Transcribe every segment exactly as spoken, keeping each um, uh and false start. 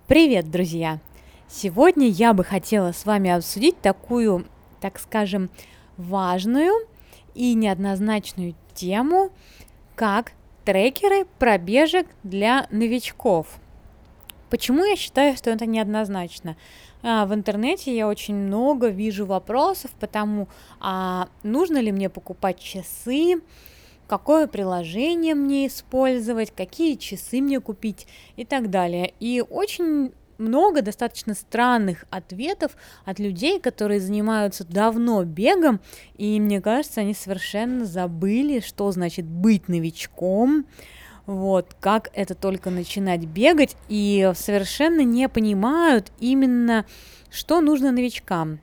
Привет, друзья! Сегодня я бы хотела с вами обсудить такую, так скажем, важную и неоднозначную тему, как трекеры пробежек для новичков. Почему я считаю, что это неоднозначно? А, В интернете я очень много вижу вопросов по тому, а нужно ли мне покупать часы, какое приложение мне использовать, какие часы мне купить и так далее. И очень много достаточно странных ответов от людей, которые занимаются давно бегом, и мне кажется, они совершенно забыли, что значит быть новичком, вот, как это только начинать бегать, и совершенно не понимают именно, что нужно новичкам.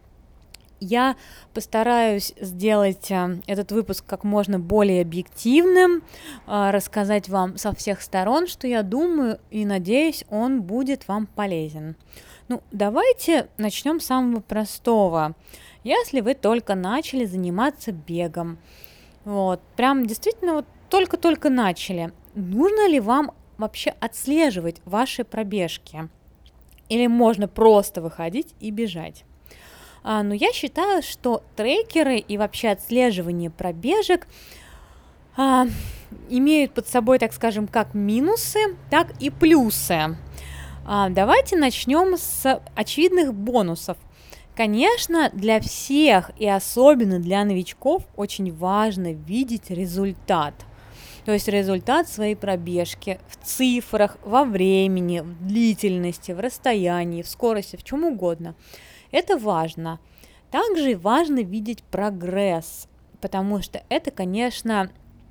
Я постараюсь сделать а, этот выпуск как можно более объективным, а, рассказать вам со всех сторон, что я думаю, и надеюсь, он будет вам полезен. Ну, давайте начнем с самого простого. Если вы только начали заниматься бегом, вот, прям действительно вот только-только начали, нужно ли вам вообще отслеживать ваши пробежки? Или можно просто выходить и бежать? А, но я считаю, что трекеры и вообще отслеживание пробежек а, имеют под собой, так скажем, как минусы, так и плюсы. А, давайте начнем с очевидных бонусов. Конечно, для всех и особенно для новичков очень важно видеть результат. То есть результат своей пробежки в цифрах, во времени, в длительности, в расстоянии, в скорости, в чем угодно. Это важно. Также важно видеть прогресс, потому что это, конечно,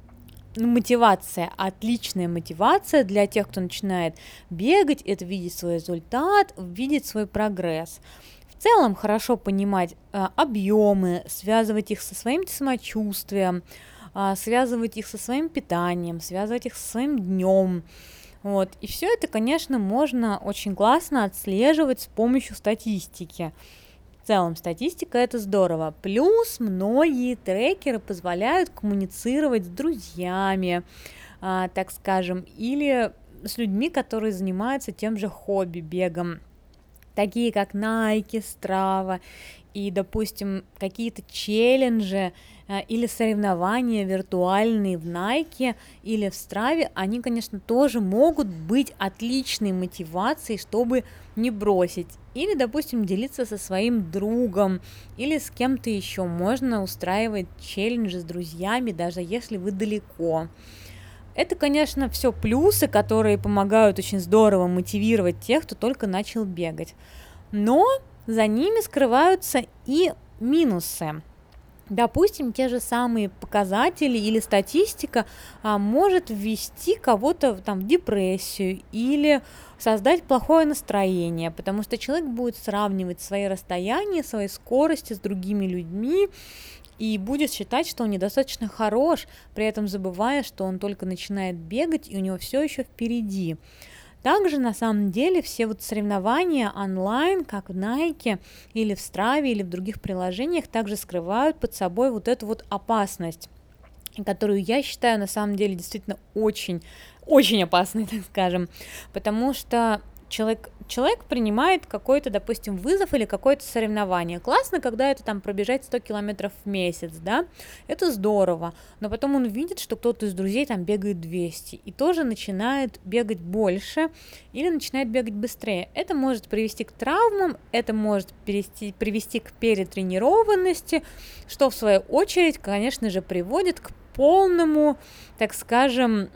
мотивация, отличная мотивация для тех, кто начинает бегать, это видеть свой результат, видеть свой прогресс. В целом хорошо понимать а, объемы, связывать их со своим самочувствием, а, связывать их со своим питанием, связывать их со своим днем. Вот. И все это, конечно, можно очень классно отслеживать с помощью статистики. В целом, статистика – это здорово. Плюс многие трекеры позволяют коммуницировать с друзьями, а, так скажем, или с людьми, которые занимаются тем же хобби, бегом, такие как Nike, Strava и, допустим, какие-то челленджи э, или соревнования виртуальные в Nike или в Strava, они, конечно, тоже могут быть отличной мотивацией, чтобы не бросить. Или, допустим, делиться со своим другом или с кем-то еще. Можно устраивать челленджи с друзьями, даже если вы далеко. Это, конечно, все плюсы, которые помогают очень здорово мотивировать тех, кто только начал бегать. Но за ними скрываются и минусы. Допустим, те же самые показатели или статистика а, может ввести кого-то там, в депрессию или создать плохое настроение, потому что человек будет сравнивать свои расстояния, свои скорости с другими людьми, и будет считать, что он недостаточно хорош, при этом забывая, что он только начинает бегать, и у него все еще впереди. Также, на самом деле, все вот соревнования онлайн, как в Nike или в Strava, или в других приложениях, также скрывают под собой вот эту вот опасность, которую я считаю, на самом деле, действительно очень, очень опасной, так скажем, потому что Человек, человек принимает какой-то, допустим, вызов или какое-то соревнование. Классно, когда это там пробежать сто километров в месяц, да, это здорово, но потом он видит, что кто-то из друзей там бегает двести и тоже начинает бегать больше или начинает бегать быстрее. Это может привести к травмам, это может привести, привести к перетренированности, что в свою очередь, конечно же, приводит к полному, так скажем,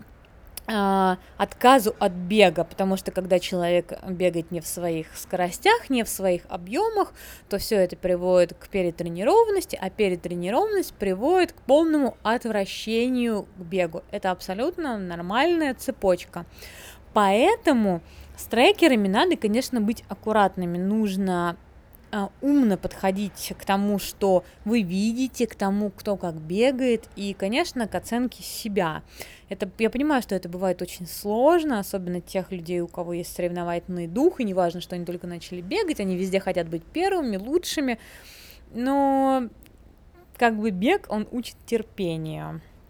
отказу от бега, потому что когда человек бегает не в своих скоростях, не в своих объемах, то все это приводит к перетренированности, а перетренированность приводит к полному отвращению к бегу. Это абсолютно нормальная цепочка. Поэтому с трекерами надо, конечно, быть аккуратными. Нужно умно подходить к тому, что вы видите, к тому, кто как бегает, и, конечно, к оценке себя. Это, я понимаю, что это бывает очень сложно, особенно тех людей, у кого есть соревновательный дух, и неважно, что они только начали бегать, они везде хотят быть первыми, лучшими, но как бы бег, он учит терпению.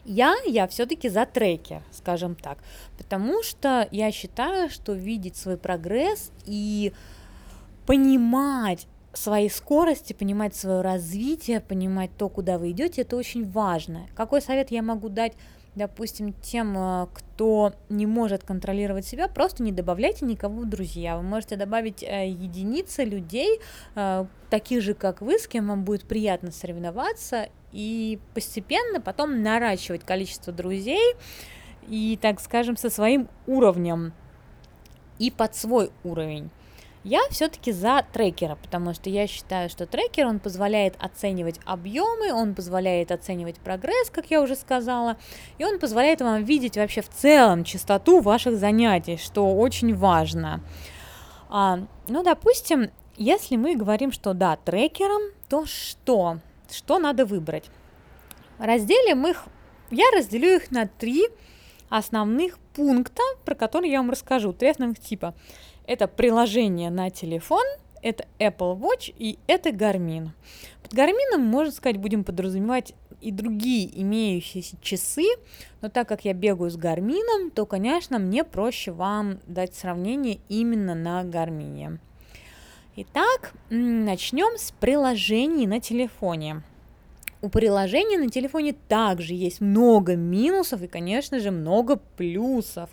Я, я все-таки за трекер, скажем так, потому что я считаю, что видеть свой прогресс и понимать свои скорости, понимать свое развитие, понимать то, куда вы идете, это очень важно. Какой совет я могу дать, допустим, тем, кто не может контролировать себя? Просто не добавляйте никого в друзья. Вы можете добавить единицы людей, таких же, как вы, с кем вам будет приятно соревноваться, и постепенно потом наращивать количество друзей и, так скажем, со своим уровнем и под свой уровень. Я все-таки за трекера, потому что я считаю, что трекер, он позволяет оценивать объемы, он позволяет оценивать прогресс, как я уже сказала, и он позволяет вам видеть вообще в целом частоту ваших занятий, что очень важно. А, ну, допустим, если мы говорим, что да, трекером, то что? Что надо выбрать? Разделим их, я разделю их на три основных пункта, про которые я вам расскажу, три основных типа. Это приложение на телефон, это Apple Watch и это Garmin. Под Garmin, можно сказать, будем подразумевать и другие имеющиеся часы, но так как я бегаю с Garmin, то, конечно, мне проще вам дать сравнение именно на Garmin. Итак, начнем с приложений на телефоне. У приложений на телефоне также есть много минусов и, конечно же, много плюсов.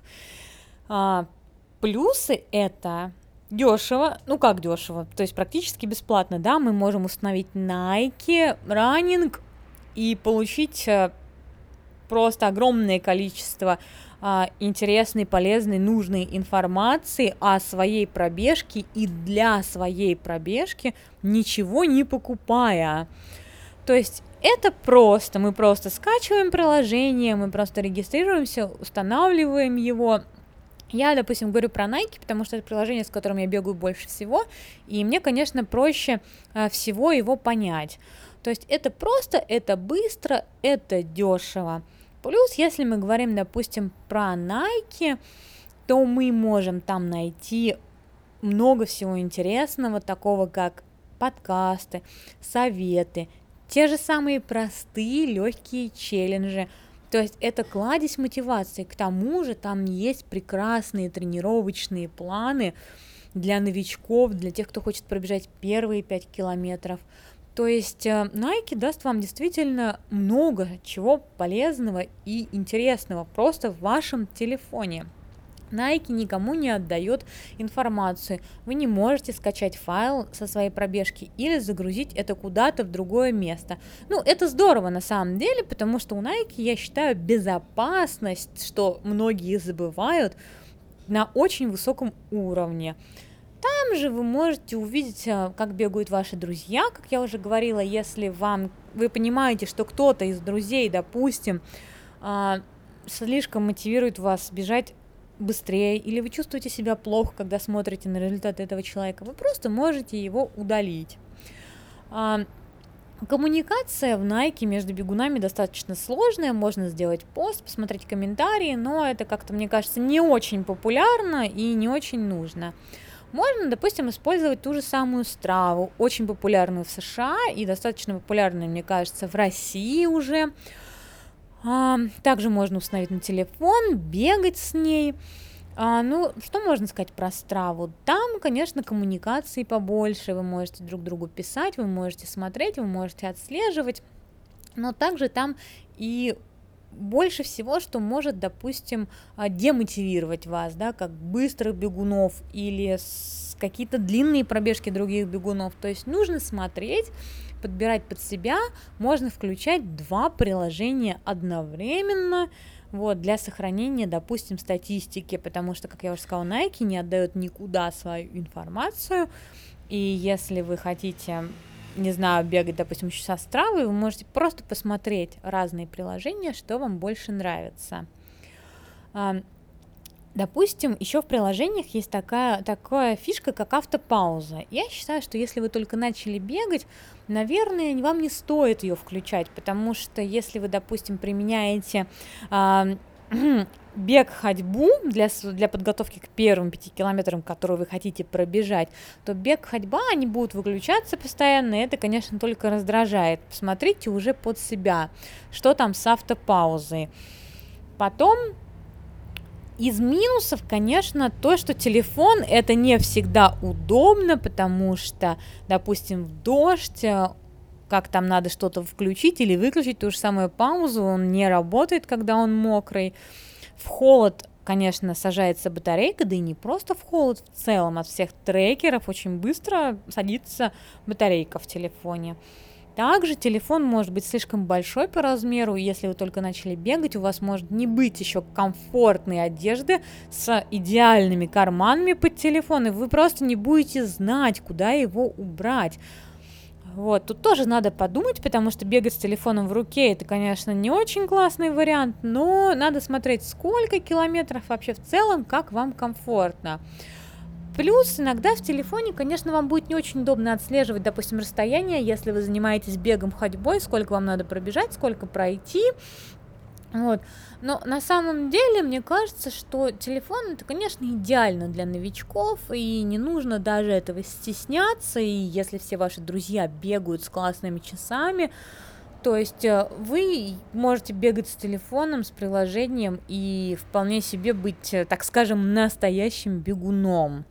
Плюсы — это дешево, ну как дешево, то есть практически бесплатно, да, мы можем установить Nike, Running и получить просто огромное количество а, интересной, полезной, нужной информации о своей пробежке и для своей пробежки, ничего не покупая. То есть это просто, мы просто скачиваем приложение, мы просто регистрируемся, устанавливаем его. Я, допустим, говорю про Nike, потому что это приложение, с которым я бегаю больше всего, и мне, конечно, проще а, всего его понять. То есть это просто, это быстро, это дешево. Плюс, если мы говорим, допустим, про Nike, то мы можем там найти много всего интересного, такого как подкасты, советы, те же самые простые, легкие челленджи. То есть это кладезь мотивации. К тому же там есть прекрасные тренировочные планы для новичков, для тех, кто хочет пробежать первые пять километров. То есть Nike даст вам действительно много чего полезного и интересного просто в вашем телефоне. Nike никому не отдает информацию. Вы не можете скачать файл со своей пробежки или загрузить это куда-то в другое место. Ну, это здорово на самом деле, потому что у Nike, я считаю, безопасность, что многие забывают, на очень высоком уровне. Там же вы можете увидеть, как бегают ваши друзья, как я уже говорила, если вам, вы понимаете, что кто-то из друзей, допустим, слишком мотивирует вас бежать быстрее, или вы чувствуете себя плохо, когда смотрите на результаты этого человека, вы просто можете его удалить. А, коммуникация в Nike между бегунами достаточно сложная, можно сделать пост, посмотреть комментарии, но это как-то, мне кажется, не очень популярно и не очень нужно. Можно, допустим, использовать ту же самую Страву, очень популярную в США и достаточно популярную, мне кажется, в России уже. А, также можно установить на телефон, бегать с ней. А, ну, что можно сказать про Страву? Там, конечно, коммуникации побольше, вы можете друг другу писать, вы можете смотреть, вы можете отслеживать, но также там и больше всего, что может, допустим, демотивировать вас, да, как быстрых бегунов или какие-то длинные пробежки других бегунов. То есть нужно смотреть, подбирать под себя, можно включать два приложения одновременно, вот, для сохранения, допустим, статистики, потому что, как я уже сказала, Nike не отдает никуда свою информацию, и если вы хотите, не знаю, бегать, допустим, еще со Стравой, вы можете просто посмотреть разные приложения, что вам больше нравится. Допустим, еще в приложениях есть такая, такая фишка, как автопауза. Я считаю, что если вы только начали бегать, наверное, вам не стоит ее включать, потому что если вы, допустим, применяете э, бег-ходьбу для, для подготовки к первым пяти километрам, которые вы хотите пробежать, то бег-ходьба, они будут выключаться постоянно, и это, конечно, только раздражает. Посмотрите уже под себя, что там с автопаузой. Потом из минусов, конечно, то, что телефон это не всегда удобно, потому что, допустим, в дождь, как там надо что-то включить или выключить, ту же самую паузу, он не работает, когда он мокрый. В холод, конечно, сажается батарейка, да и не просто в холод, в целом от всех трекеров очень быстро садится батарейка в телефоне. Также телефон может быть слишком большой по размеру, и если вы только начали бегать, у вас может не быть еще комфортной одежды с идеальными карманами под телефон, и вы просто не будете знать, куда его убрать. Вот, тут тоже надо подумать, потому что бегать с телефоном в руке, это, конечно, не очень классный вариант, но надо смотреть, сколько километров вообще в целом, как вам комфортно. Плюс иногда в телефоне, конечно, вам будет не очень удобно отслеживать, допустим, расстояние, если вы занимаетесь бегом, ходьбой, сколько вам надо пробежать, сколько пройти. Вот. Но на самом деле, мне кажется, что телефон это, конечно, идеально для новичков, и не нужно даже этого стесняться, и если все ваши друзья бегают с классными часами, то есть вы можете бегать с телефоном, с приложением и вполне себе быть, так скажем, настоящим бегуном.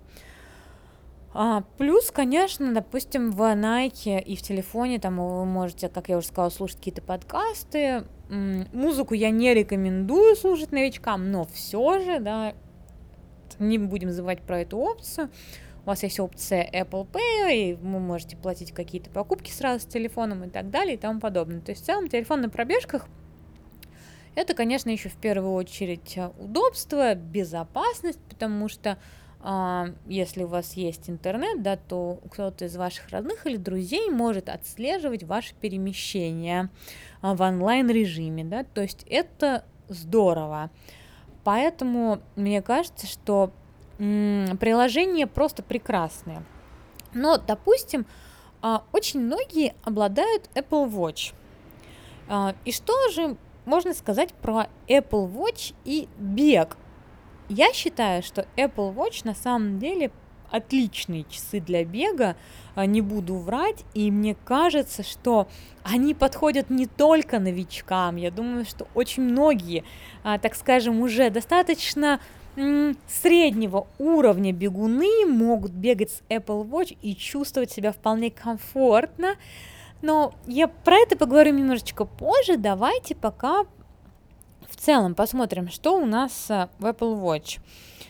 А, плюс, конечно, допустим, в Nike и в телефоне там вы можете, как я уже сказала, слушать какие-то подкасты. Музыку я не рекомендую слушать новичкам, но все же, да, не будем забывать про эту опцию. У вас есть опция Apple Pay, и вы можете платить какие-то покупки сразу с телефоном и так далее и тому подобное. То есть в целом телефон на пробежках это, конечно, еще в первую очередь удобство, безопасность, потому что Uh, если у вас есть интернет, да, то кто-то из ваших родных или друзей может отслеживать ваши перемещения uh, в онлайн-режиме, да, то есть это здорово. Поэтому мне кажется, что м- приложения просто прекрасные. Но, допустим, uh, очень многие обладают Apple Watch. Uh, и что же можно сказать про Apple Watch и бег? Я считаю, что Apple Watch на самом деле отличные часы для бега, не буду врать, и мне кажется, что они подходят не только новичкам, я думаю, что очень многие, так скажем, уже достаточно среднего уровня бегуны могут бегать с Apple Watch и чувствовать себя вполне комфортно, но я про это поговорю немножечко позже, давайте пока в целом посмотрим, что у нас в Apple Watch.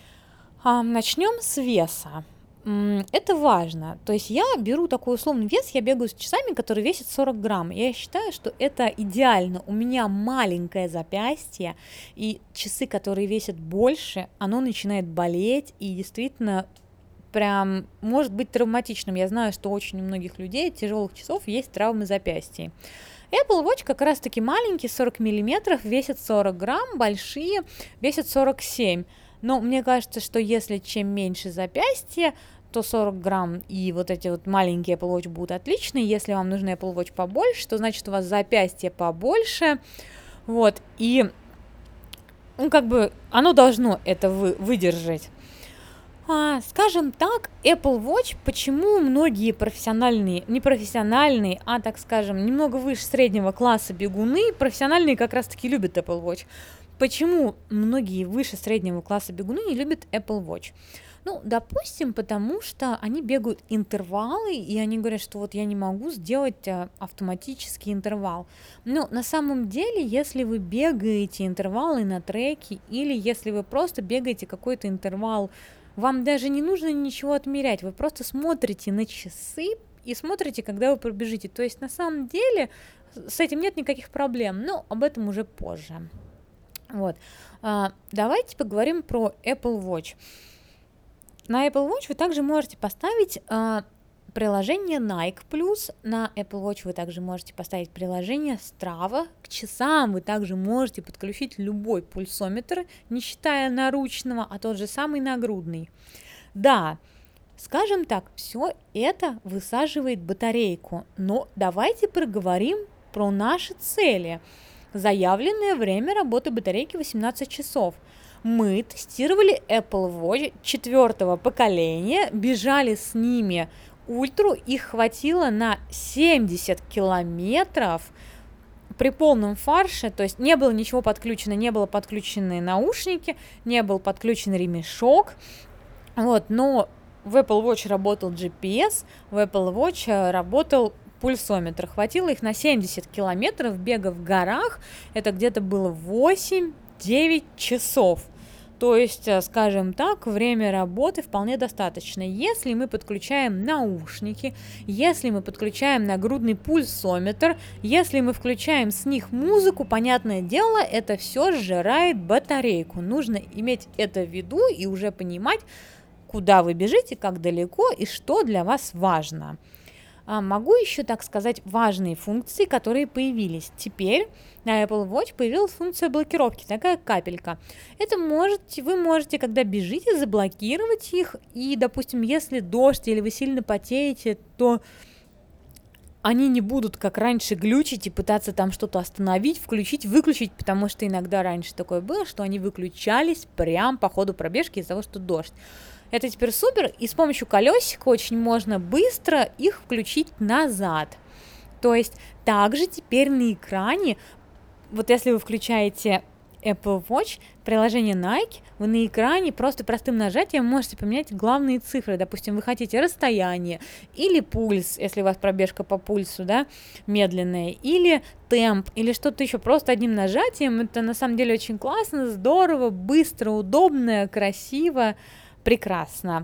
Начнем с веса. Это важно. То есть я беру такой условный вес, я бегаю с часами, которые весят сорок грамм. Я считаю, что это идеально. У меня маленькое запястье, и часы, которые весят больше, оно начинает болеть, и действительно прям может быть травматичным. Я знаю, что очень у многих людей тяжелых часов есть травмы запястья. Apple Watch как раз-таки маленький, сорок миллиметров, весит сорок грамм, большие весят сорок семь. Но мне кажется, что если чем меньше запястье, то сорок грамм и вот эти вот маленькие Apple Watch будут отличны. Если вам нужен Apple Watch побольше, то значит у вас запястье побольше. Вот, и ну, как бы оно должно это вы, выдержать. А, скажем так, Apple Watch, почему многие профессиональные, не профессиональные, а, так скажем, немного выше среднего класса бегуны, профессиональные как раз-таки любят Apple Watch. Почему многие выше среднего класса бегуны не любят Apple Watch? Ну, допустим, потому что они бегают интервалы, и они говорят, что вот я не могу сделать автоматический интервал. Но на самом деле, если вы бегаете интервалы на треке, или если вы просто бегаете какой-то интервал, вам даже не нужно ничего отмерять, вы просто смотрите на часы и смотрите, когда вы пробежите. То есть на самом деле с этим нет никаких проблем, но об этом уже позже. Вот. А, давайте поговорим про Apple Watch. На Apple Watch вы также можете поставить а, приложение Nike Plus, на Apple Watch вы также можете поставить приложение Strava, к часам вы также можете подключить любой пульсометр, не считая наручного, а тот же самый нагрудный. Да, скажем так, все это высаживает батарейку, но давайте проговорим про наши цели. Заявленное время работы батарейки восемнадцать часов. Мы тестировали Apple Watch четвертого поколения, бежали с ними ультру, их хватило на семьдесят километров при полном фарше, то есть не было ничего подключено, не было подключены наушники, не был подключен ремешок, вот, но в Apple Watch работал джи пи эс, в Apple Watch работал пульсометр, хватило их на семьдесят километров бега в горах, это где-то было восемь-девять часов. То есть, скажем так, время работы вполне достаточно. Если мы подключаем наушники, если мы подключаем нагрудный пульсометр, если мы включаем с них музыку, понятное дело, это все сжирает батарейку. Нужно иметь это в виду и уже понимать, куда вы бежите, как далеко и что для вас важно. А могу еще, так сказать, важные функции, которые появились. Теперь на Apple Watch появилась функция блокировки, такая капелька. Это можете, вы можете, когда бежите, заблокировать их, и, допустим, если дождь или вы сильно потеете, то они не будут, как раньше, глючить и пытаться там что-то остановить, включить, выключить, потому что иногда раньше такое было, что они выключались прямо по ходу пробежки из-за того, что дождь. Это теперь супер, и с помощью колесика очень можно быстро их включить назад. То есть также теперь на экране, вот если вы включаете Apple Watch, приложение Nike, вы на экране просто простым нажатием можете поменять главные цифры. Допустим, вы хотите расстояние или пульс, если у вас пробежка по пульсу, да, медленная, или темп, или что-то еще. Просто одним нажатием. Это на самом деле очень классно, здорово, быстро, удобно, красиво. Прекрасно.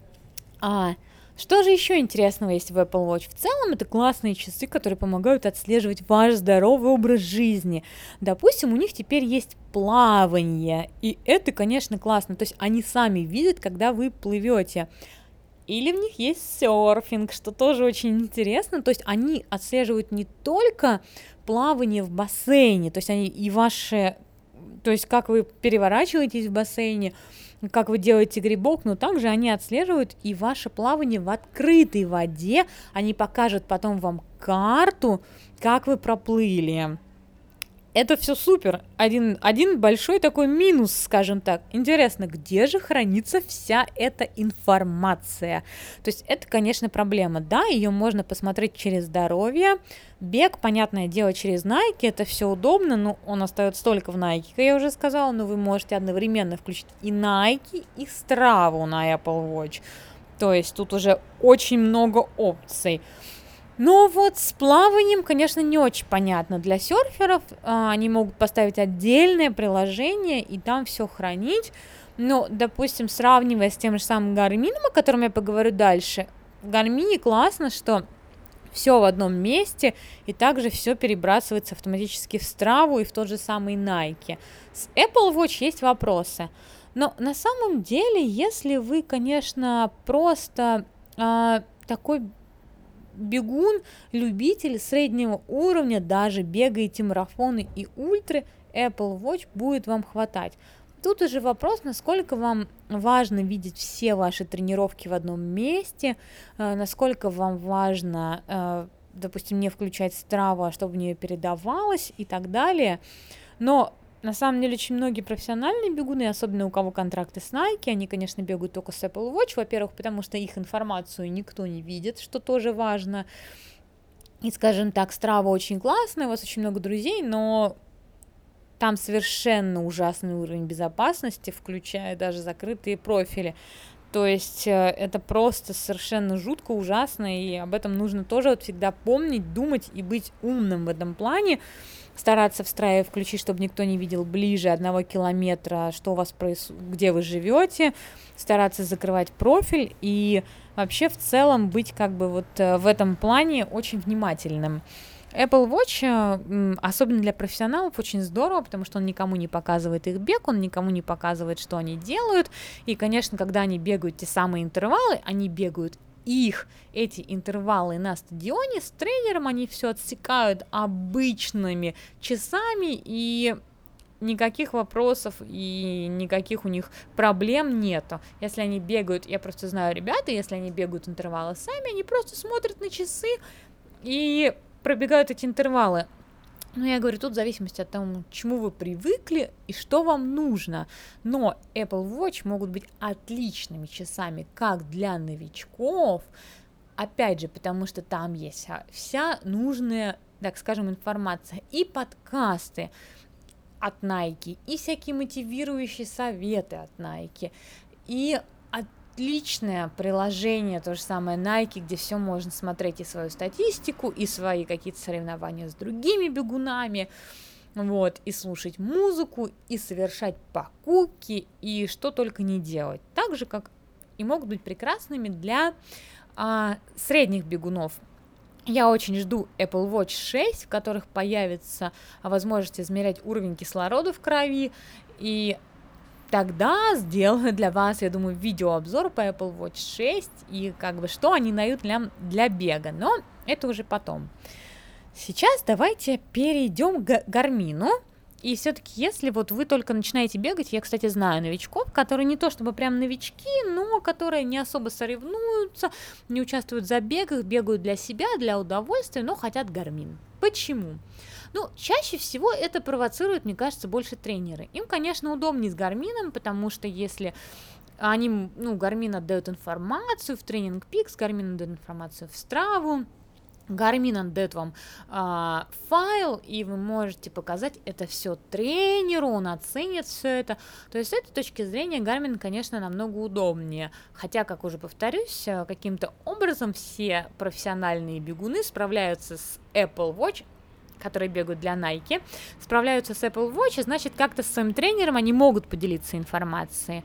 А что же еще интересного есть в Apple Watch? В целом это классные часы, которые помогают отслеживать ваш здоровый образ жизни. Допустим, у них теперь есть плавание, и это, конечно, классно. То есть они сами видят, когда вы плывете. Или в них есть серфинг, что тоже очень интересно. То есть они отслеживают не только плавание в бассейне, то есть они и ваши, то есть как вы переворачиваетесь в бассейне, как вы делаете грибок, но также они отслеживают и ваше плавание в открытой воде. Они покажут потом вам карту, как вы проплыли. Это все супер. Один, один большой такой минус, скажем так. Интересно, где же хранится вся эта информация? То есть это, конечно, проблема. Да, ее можно посмотреть через здоровье. Бег, понятное дело, через Nike, это все удобно, но он остается только в Nike, как я уже сказала, но вы можете одновременно включить и Nike, и Strava на Apple Watch. То есть тут уже очень много опций. Но вот с плаванием, конечно, не очень понятно. Для серферов а, они могут поставить отдельное приложение и там все хранить. Но, допустим, сравнивая с тем же самым Garmin, о котором я поговорю дальше, в Garmin классно, что все в одном месте, и также все перебрасывается автоматически в Страву и в тот же самый Nike. С Apple Watch есть вопросы. Но на самом деле, если вы, конечно, просто а, такой бегун, любитель среднего уровня, даже бегаете марафоны и ультры, Apple Watch будет вам хватать. Тут уже вопрос, насколько вам важно видеть все ваши тренировки в одном месте, насколько вам важно, допустим, не включать Strava, чтобы в нее передавалось и так далее. Но на самом деле очень многие профессиональные бегуны, особенно у кого контракты с Nike, они, конечно, бегают только с Apple Watch, во-первых, потому что их информацию никто не видит, что тоже важно. И, скажем так, Strava очень классная, у вас очень много друзей, но там совершенно ужасный уровень безопасности, включая даже закрытые профили. То есть это просто совершенно жутко, ужасно, и об этом нужно тоже вот всегда помнить, думать и быть умным в этом плане. Стараться в Страве включить, чтобы никто не видел ближе одного километра, что у вас происходит, где вы живете, стараться закрывать профиль и вообще в целом быть как бы вот в этом плане очень внимательным. Apple Watch, особенно для профессионалов, очень здорово, потому что он никому не показывает их бег, он никому не показывает, что они делают. И, конечно, когда они бегают те самые интервалы, они бегают их, эти интервалы на стадионе, с тренером они все отсекают обычными часами, и никаких вопросов и никаких у них проблем нету. Если они бегают, я просто знаю ребята, если они бегают интервалы сами, они просто смотрят на часы и пробегают эти интервалы. Ну, я говорю, тут в зависимости от того, к чему вы привыкли и что вам нужно. Но Apple Watch могут быть отличными часами как для новичков, опять же, потому что там есть вся нужная, так скажем, информация и подкасты от Nike, и всякие мотивирующие советы от Nike, и отличное приложение, то же самое Nike, где все можно смотреть и свою статистику, и свои какие-то соревнования с другими бегунами, вот, и слушать музыку, и совершать покупки, и что только не делать. Так же, как и могут быть прекрасными для а, средних бегунов. Я очень жду Apple Watch шесть, в которых появится возможность измерять уровень кислорода в крови, и тогда сделаю для вас, я думаю, видеообзор по Apple Watch шесть и как бы что они дают для, для бега, но это уже потом. Сейчас давайте перейдем к Гармину. И все-таки, если вот вы только начинаете бегать, я, кстати, знаю новичков, которые не то чтобы прям новички, но которые не особо соревнуются, не участвуют в забегах, бегают для себя, для удовольствия, но хотят Гармин. Почему? Ну, чаще всего это провоцирует, мне кажется, больше тренеры. Им, конечно, удобнее с Гармином, потому что если они, ну, Гармин отдает информацию в Training Peaks, Гармин отдает информацию в Страву, Гармин отдает вам а, файл, и вы можете показать это все тренеру, он оценит все это. То есть с этой точки зрения Гармин, конечно, намного удобнее. Хотя, как уже повторюсь, каким-то образом все профессиональные бегуны справляются с Apple Watch, которые бегают для Nike, справляются с Apple Watch, и значит, как-то с своим тренером они могут поделиться информацией.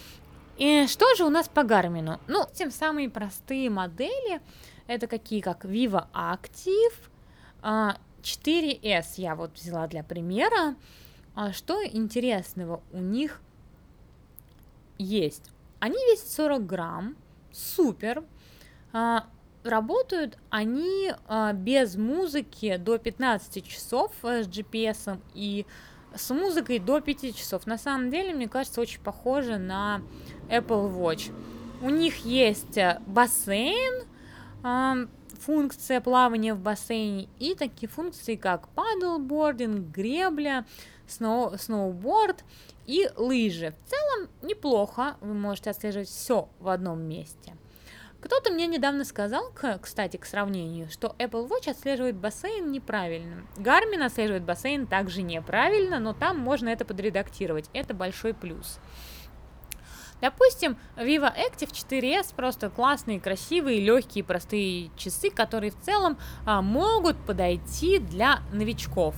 И что же у нас по Гармину? Ну, тем самые простые модели. Это какие, как Viva Active, четыре эс я вот взяла для примера. Что интересного у них есть? Они весят сорок грамм, супер. Работают они без музыки до пятнадцати часов с джи пи эс и с музыкой до пяти часов. На самом деле, мне кажется, очень похоже на Apple Watch. У них есть бассейн, функция плавания в бассейне и такие функции, как падлбординг, гребля, сноу, сноуборд и лыжи. В целом неплохо, вы можете отслеживать все в одном месте. Кто-то мне недавно сказал, кстати, к сравнению, что Apple Watch отслеживает бассейн неправильно. Garmin отслеживает бассейн также неправильно, но там можно это подредактировать. Это большой плюс. Допустим, Viva Active четыре эс просто классные, красивые, легкие, простые часы, которые в целом а, могут подойти для новичков.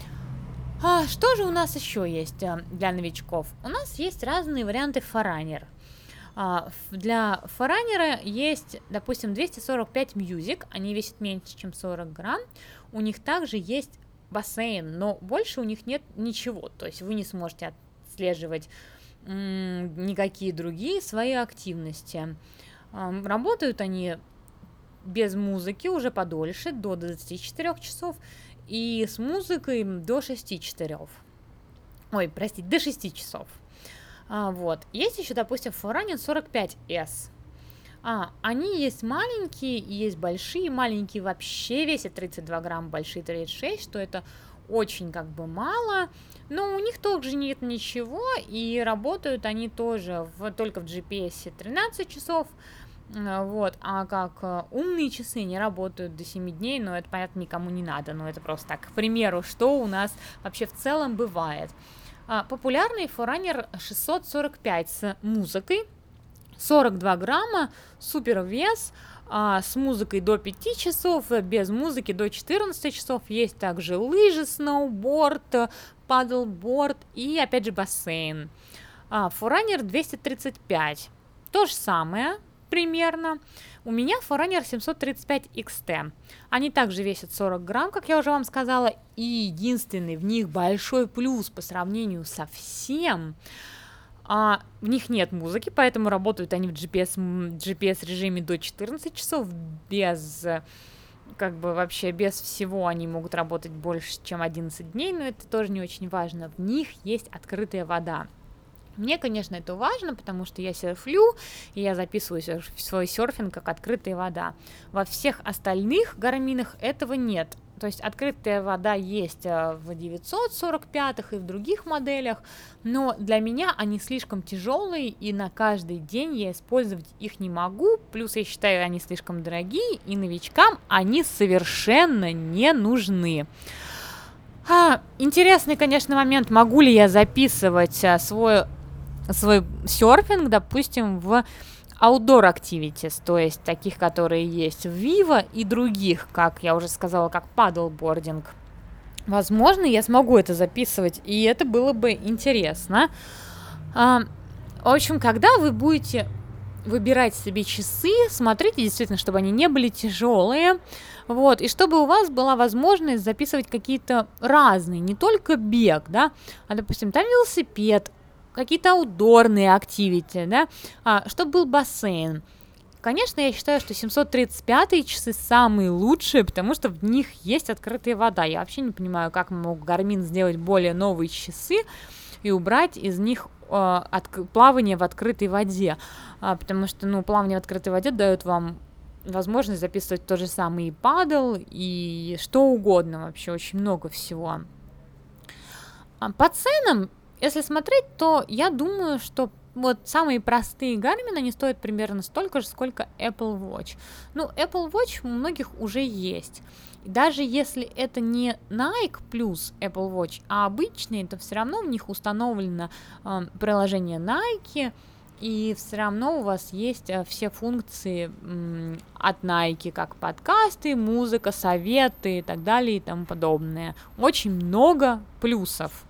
А, что же у нас еще есть а, для новичков? У нас есть разные варианты Forerunner. А, для Forerunner есть, допустим, двести сорок пять Music, они весят меньше, чем сорок грамм. У них также есть бассейн, но больше у них нет ничего, то есть вы не сможете отслеживать никакие другие свои активности. Работают они без музыки уже подольше, до двадцати четырёх часов, и с музыкой до шести четырёх. Ой, простите, до шести часов. А, вот. Есть еще, допустим, Forerunner сорок пять эс. А, они есть маленькие, есть большие. Маленькие вообще весят тридцать два грамма, большие тридцать шесть, что это очень как бы мало, но у них тоже нет ничего, и работают они тоже в, только в джи пи эс тринадцать часов, вот, а как умные часы не работают до семи дней, но это, понятно, никому не надо, но это просто так, к примеру, что у нас вообще в целом бывает. А, популярный Forerunner шестьсот сорок пять с музыкой, сорок два грамма, супер вес, а, с музыкой до пяти часов, без музыки до четырнадцати часов. Есть также лыжи, сноуборд, падлборд и опять же бассейн. А, Forerunner двести тридцать пять, то же самое примерно. У меня Forerunner семьсот тридцать пять икс ти. Они также весят сорок грамм, как я уже вам сказала, и единственный в них большой плюс по сравнению со всем, а, в них нет музыки, поэтому работают они в джи пи эс, джи пи эс режиме до четырнадцати часов, без, как бы вообще без всего они могут работать больше, чем одиннадцать дней, но это тоже не очень важно. В них есть открытая вода. Мне, конечно, это важно, потому что я серфлю, и я записываю свой серфинг как открытая вода. Во всех остальных гарминах этого нет. То есть открытая вода есть в девятьсот сорок пятых и в других моделях, но для меня они слишком тяжелые, и на каждый день я использовать их не могу. Плюс я считаю, они слишком дорогие, и новичкам они совершенно не нужны. А, интересный, конечно, момент, могу ли я записывать а, свой, свой серфинг, допустим, в outdoor activities, то есть таких, которые есть в Vivo, и других, как я уже сказала, как paddleboarding. Возможно, я смогу это записывать, и это было бы интересно. А, в общем, когда вы будете выбирать себе часы, смотрите действительно, чтобы они не были тяжелые, вот, и чтобы у вас была возможность записывать какие-то разные, не только бег, да, а, допустим, там велосипед, какие-то аутдорные активити, да, а, чтобы был бассейн. Конечно, я считаю, что семьсот тридцать пятые часы самые лучшие, потому что в них есть открытая вода. Я вообще не понимаю, как мог Garmin сделать более новые часы и убрать из них э, от, плавание в открытой воде, а, потому что, ну, плавание в открытой воде дает вам возможность записывать то же самое и падл, и что угодно вообще, очень много всего. А по ценам, если смотреть, то я думаю, что вот самые простые Garmin, они стоят примерно столько же, сколько Apple Watch. Ну, Apple Watch у многих уже есть. И даже если это не Nike плюс Apple Watch, а обычные, то все равно в них установлено э, приложение Nike, и все равно у вас есть э, все функции м, от Nike, как подкасты, музыка, советы и так далее и тому подобное. Очень много плюсов.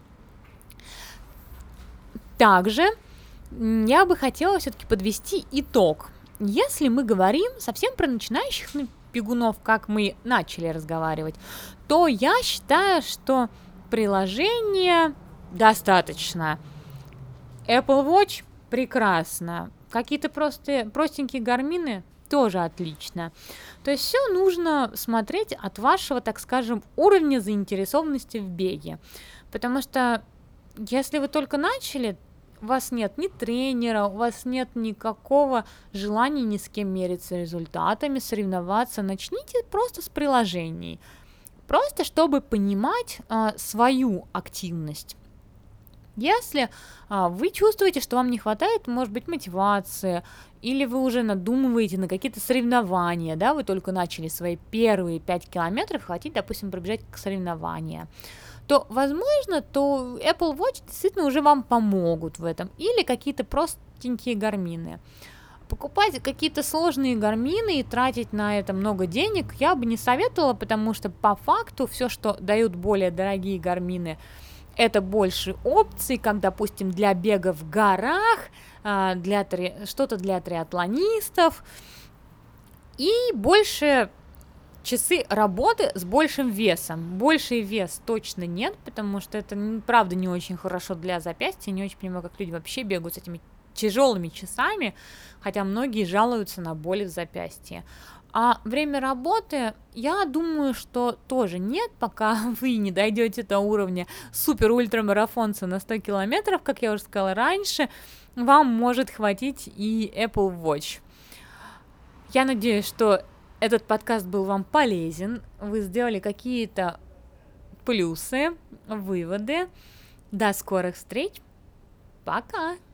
Также я бы хотела все-таки подвести итог. Если мы говорим совсем про начинающих бегунов, как мы начали разговаривать, то я считаю, что приложение достаточно. Apple Watch прекрасно. Какие-то просто простенькие гармины тоже отлично. То есть все нужно смотреть от вашего, так скажем, уровня заинтересованности в беге. Потому что если вы только начали, у вас нет ни тренера, у вас нет никакого желания ни с кем мериться результатами, соревноваться, начните просто с приложений. Просто чтобы понимать а, свою активность. Если а, вы чувствуете, что вам не хватает, может быть, мотивации, или вы уже надумываете на какие-то соревнования, да, вы только начали свои первые пять километров, хотите, допустим, пробежать к соревнованию, то, возможно, то Apple Watch действительно уже вам помогут в этом, или какие-то простенькие гармины. Покупать какие-то сложные гармины и тратить на это много денег я бы не советовала, потому что по факту все, что дают более дорогие гармины, это больше опций, как, допустим, для бега в горах, для три... что-то для триатлонистов, и больше часы работы с большим весом. Больший вес точно нет, потому что это, правда, не очень хорошо для запястья. Не очень понимаю, как люди вообще бегают с этими тяжелыми часами, хотя многие жалуются на боли в запястье. А время работы, я думаю, что тоже нет, пока вы не дойдете до уровня супер-ультрамарафонца на сто километров, как я уже сказала раньше, вам может хватить и Apple Watch. Я надеюсь, что этот подкаст был вам полезен, вы сделали какие-то плюсы, выводы. До скорых встреч, пока!